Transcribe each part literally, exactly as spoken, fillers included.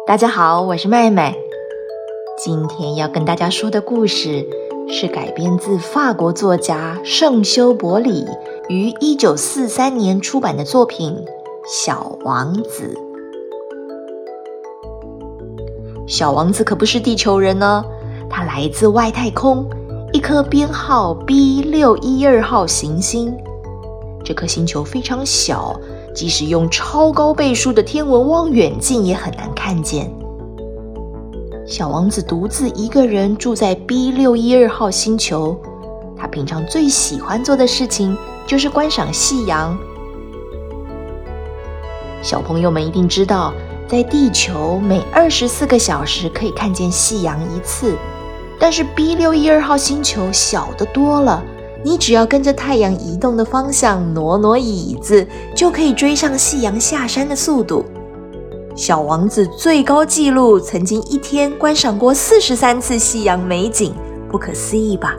大家好，我是麦麦。今天要跟大家说的故事是改编自法国作家圣修伯里于一九四三年出版的作品《小王子》。小王子可不是地球人呢，他来自外太空，一颗编号 B 六一二 号行星。这颗星球非常小，即使用超高倍数的天文望远镜也很难看见。小王子独自一个人住在 B 六一二 号星球，他平常最喜欢做的事情就是观赏夕阳。小朋友们一定知道，在地球每二十四个小时可以看见夕阳一次，但是 B 六一二 号星球小得多了，你只要跟着太阳移动的方向挪挪椅子，就可以追上夕阳下山的速度。小王子最高纪录曾经一天观赏过四十三次夕阳美景，不可思议吧？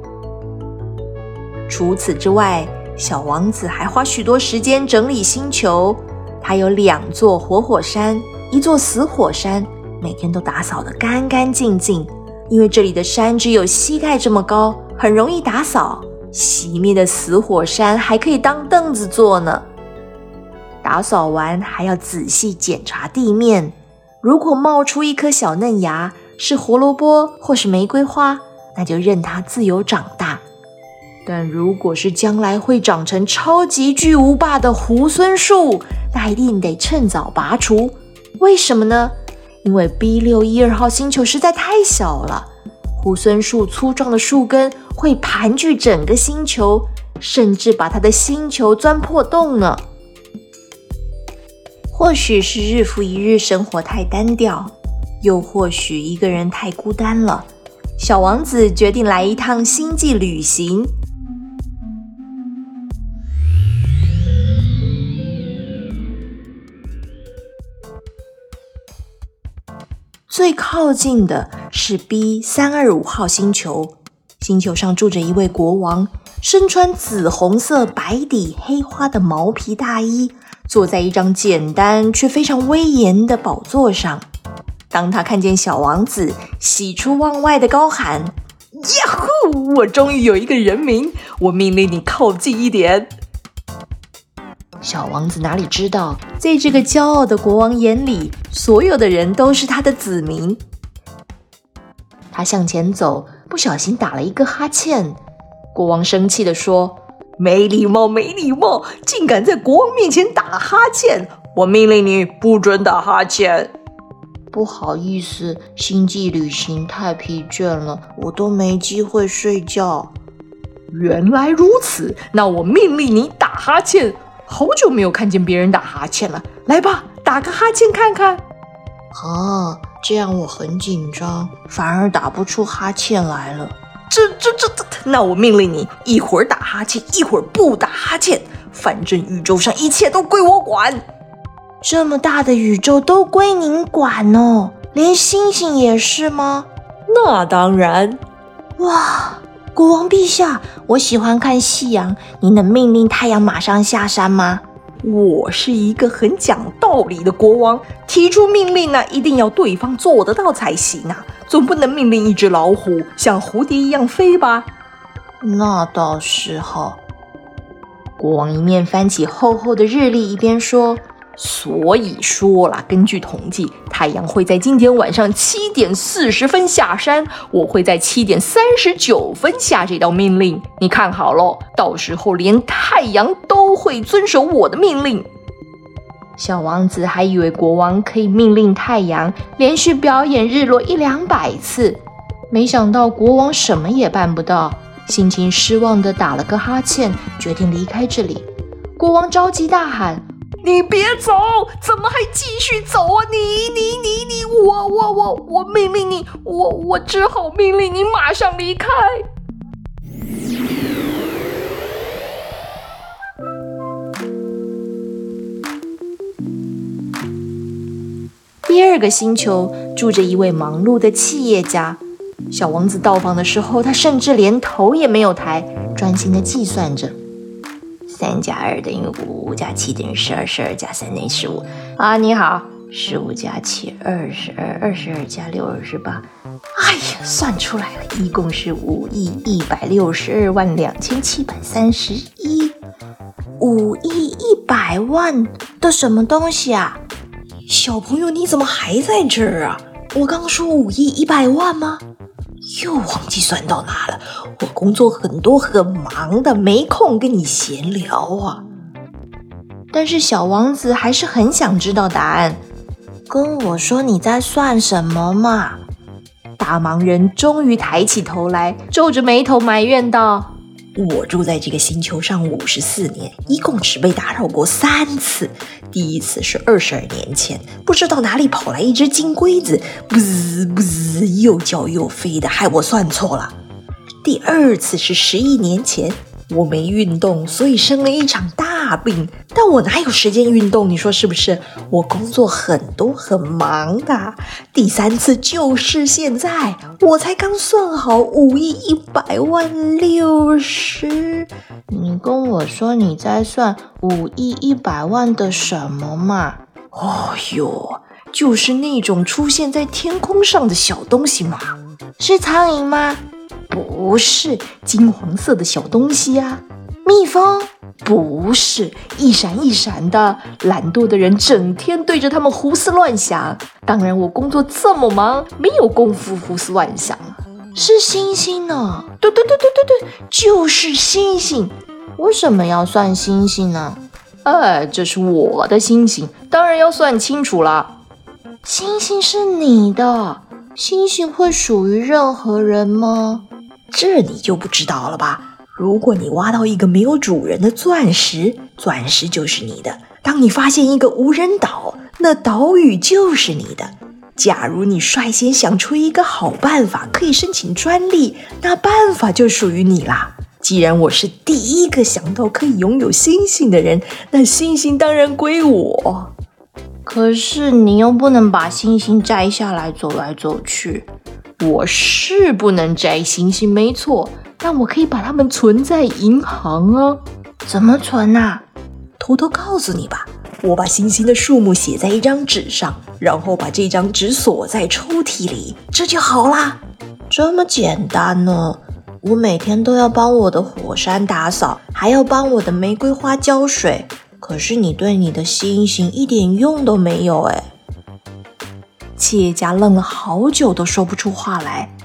除此之外，小王子还花许多时间整理星球。他有两座活火山，一座死火山，每天都打扫得干干净净，因为这里的山只有膝盖这么高，很容易打扫。熄灭的死火山还可以当凳子坐呢。打扫完还要仔细检查地面，如果冒出一颗小嫩芽，是胡萝卜或是玫瑰花，那就任它自由长大。但如果是将来会长成超级巨无霸的猢狲树，那一定得趁早拔除。为什么呢？因为 B 六一二 号星球实在太小了，猢狲树粗壮的树根会盘踞整个星球，甚至把它的星球钻破洞呢。或许是日复一日生活太单调，又或许一个人太孤单了，小王子决定来一趟星际旅行。最靠近的是 B 三二五 号星球，星球上住着一位国王，身穿紫红色白底黑花的毛皮大衣，坐在一张简单却非常威严的宝座上。当他看见小王子，喜出望外的高喊：呀呼！我终于有一个人民，我命令你靠近一点。小王子哪里知道，在这个骄傲的国王眼里，所有的人都是他的子民。他向前走，不小心打了一个哈欠。国王生气地说：没礼貌，没礼貌，竟敢在国王面前打哈欠！我命令你不准打哈欠。不好意思，星际旅行太疲倦了，我都没机会睡觉。原来如此，那我命令你打哈欠。好久没有看见别人打哈欠了，来吧，打个哈欠看看。啊，这样我很紧张，反而打不出哈欠来了。这这这这，那我命令你一会儿打哈欠，一会儿不打哈欠，反正宇宙上一切都归我管。这么大的宇宙都归您管哦，连星星也是吗？那当然。哇，国王陛下，我喜欢看夕阳，您能命令太阳马上下山吗？我是一个很讲道理的国王，提出命令呢，一定要对方做得到才行啊，总不能命令一只老虎像蝴蝶一样飞吧？那倒是哈。国王一面翻起厚厚的日历，一边说：所以说啦，根据统计，太阳会在今天晚上七点四十分下山，我会在七点三十九分下这道命令。你看好咯，到时候连太阳都会遵守我的命令。小王子还以为国王可以命令太阳连续表演日落一两百次，没想到国王什么也办不到，心情失望地打了个哈欠，决定离开这里。国王着急大喊：你别走，怎么还继续走啊？你你你你，我我我我命令你，我我只好命令你马上离开。第二个星球住着一位忙碌的企业家。小王子到访的时候，他甚至连头也没有抬，专心地计算着。三加二等于五，加七等于十二，十二加三等于十五。啊，你好， 十五加七二十二，二十二加六二十八。哎呀，算出来了，一共是五亿一百六十二万两千七百三十一。五亿一百万的什么东西啊？小朋友，你怎么还在这儿啊？我刚说五亿一百万吗？又忘记算到哪了？我工作很多很忙的，没空跟你闲聊啊。但是小王子还是很想知道答案。跟我说你在算什么嘛？大忙人终于抬起头来，皱着眉头埋怨道：我住在这个星球上五十四年，一共只被打扰过三次。第一次是二十二年前，不知道哪里跑来一只金龟子，不滋不滋，又叫又飞的，害我算错了。第二次是十一年前，我没运动，所以生了一场大病，但我哪有时间运动？你说是不是？我工作很多很忙的。第三次就是现在，我才刚算好五亿一百万六十。你跟我说你在算五亿一百万的什么嘛？哦哟，就是那种出现在天空上的小东西嘛。是苍蝇吗？不是，金黄色的小东西啊。蜜蜂？不是，一闪一闪的。懒惰的人整天对着它们胡思乱想。当然我工作这么忙，没有功夫胡思乱想。是星星呢？对对对对对对，就是星星。为什么要算星星呢？哎，这是我的星星，当然要算清楚啦。星星是你的，星星会属于任何人吗？这你就不知道了吧？如果你挖到一个没有主人的钻石，钻石就是你的。当你发现一个无人岛，那岛屿就是你的。假如你率先想出一个好办法，可以申请专利，那办法就属于你啦。既然我是第一个想到可以拥有星星的人，那星星当然归我。可是你又不能把星星摘下来走来走去。我是不能摘星星，没错，但我可以把它们存在银行啊。怎么存啊？偷偷告诉你吧，我把星星的数目写在一张纸上，然后把这张纸锁在抽屉里，这就好啦。这么简单呢？我每天都要帮我的火山打扫，还要帮我的玫瑰花浇水，可是你对你的星星一点用都没有诶。企业家愣了好久都说不出话来。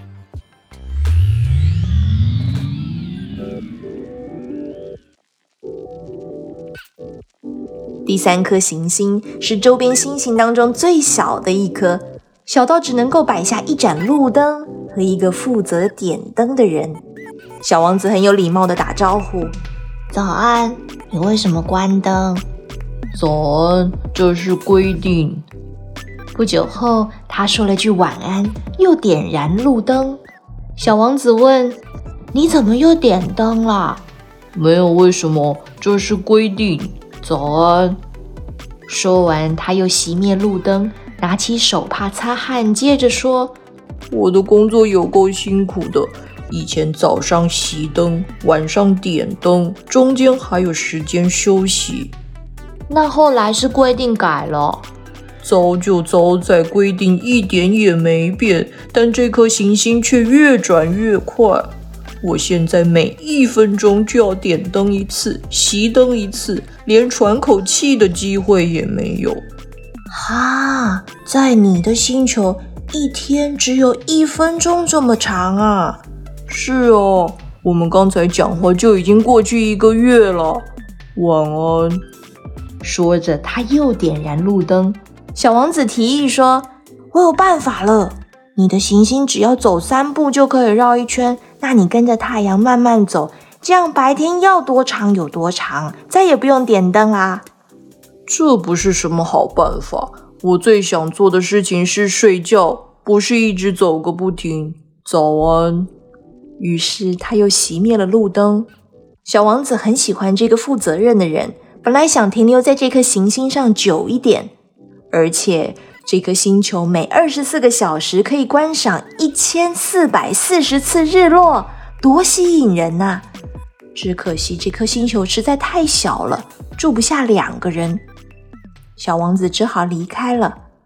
第三颗行星是周边星星当中最小的一颗，小到只能够摆下一盏路灯和一个负责点灯的人。小王子很有礼貌地打招呼：早安，你为什么关灯？早安，这是规定。不久后，他说了句晚安，又点燃路灯。小王子问：你怎么又点灯了？没有为什么，这是规定。早安。说完，他又熄灭路灯，拿起手帕擦汗，接着说：我的工作有够辛苦的，以前早上熄灯，晚上点灯，中间还有时间休息。那后来是规定改了。糟就糟在规定一点也没变，但这颗行星却越转越快。我现在每一分钟就要点灯一次，熄灯一次，连喘口气的机会也没有。哈，在你的星球，一天只有一分钟这么长啊？是啊，我们刚才讲话就已经过去一个月了。晚安。说着，他又点燃路灯。小王子提议说：我有办法了，你的行星只要走三步就可以绕一圈，那你跟着太阳慢慢走，这样白天要多长有多长，再也不用点灯啦。这不是什么好办法，我最想做的事情是睡觉，不是一直走个不停。早安。于是他又熄灭了路灯。小王子很喜欢这个负责任的人，本来想停留在这颗行星上久一点，而且这颗星球每二十四个小时可以观赏一千四百四十次日落，多吸引人啊！只可惜这颗星球实在太小了，住不下两个人。小王子只好离开了。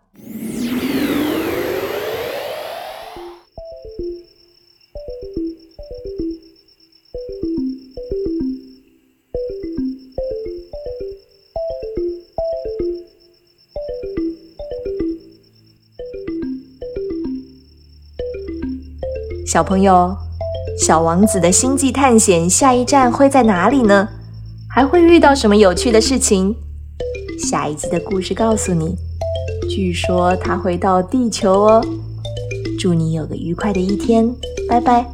小朋友，小王子的星际探险下一站会在哪里呢？还会遇到什么有趣的事情？下一集的故事告诉你，据说他会到地球哦。祝你有个愉快的一天，拜拜。